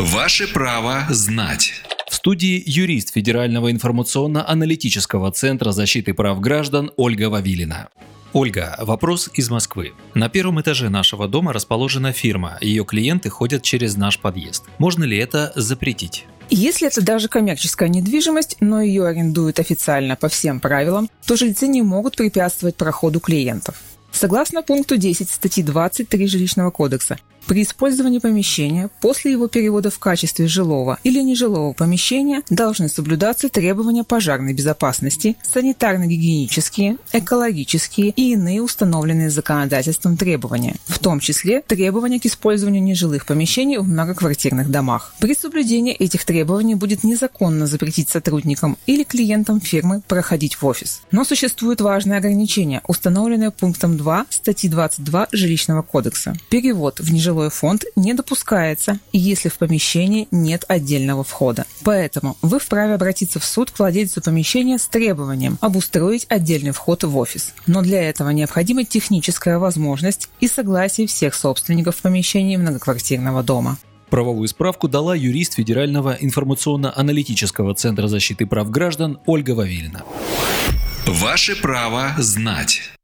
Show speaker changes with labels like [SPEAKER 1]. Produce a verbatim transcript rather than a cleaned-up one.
[SPEAKER 1] Ваше право знать.
[SPEAKER 2] В студии юрист Федерального информационно-аналитического центра защиты прав граждан Ольга Вавилина. Ольга, вопрос из Москвы. На первом этаже нашего дома расположена фирма, ее клиенты ходят через наш подъезд. Можно ли это запретить?
[SPEAKER 3] Если это даже коммерческая недвижимость, но ее арендуют официально по всем правилам, то жильцы не могут препятствовать проходу клиентов. Согласно пункту десять статьи двадцать три Жилищного кодекса, при использовании помещения после его перевода в качестве жилого или нежилого помещения должны соблюдаться требования пожарной безопасности, санитарно-гигиенические, экологические и иные установленные законодательством требования, в том числе требования к использованию нежилых помещений в многоквартирных домах. При соблюдении этих требований будет незаконно запретить сотрудникам или клиентам фирмы проходить в офис. Но существует важное ограничение, установленное пунктом два статьи двадцать два Жилищного кодекса. Перевод в нежилой фонд не допускается, если в помещении нет отдельного входа. Поэтому вы вправе обратиться в суд к владельцу помещения с требованием обустроить отдельный вход в офис. Но для этого необходима техническая возможность и согласие всех собственников помещений многоквартирного дома.
[SPEAKER 2] Правовую справку дала юрист Федерального информационно-аналитического центра защиты прав граждан Ольга Вавилина.
[SPEAKER 1] Ваше право знать.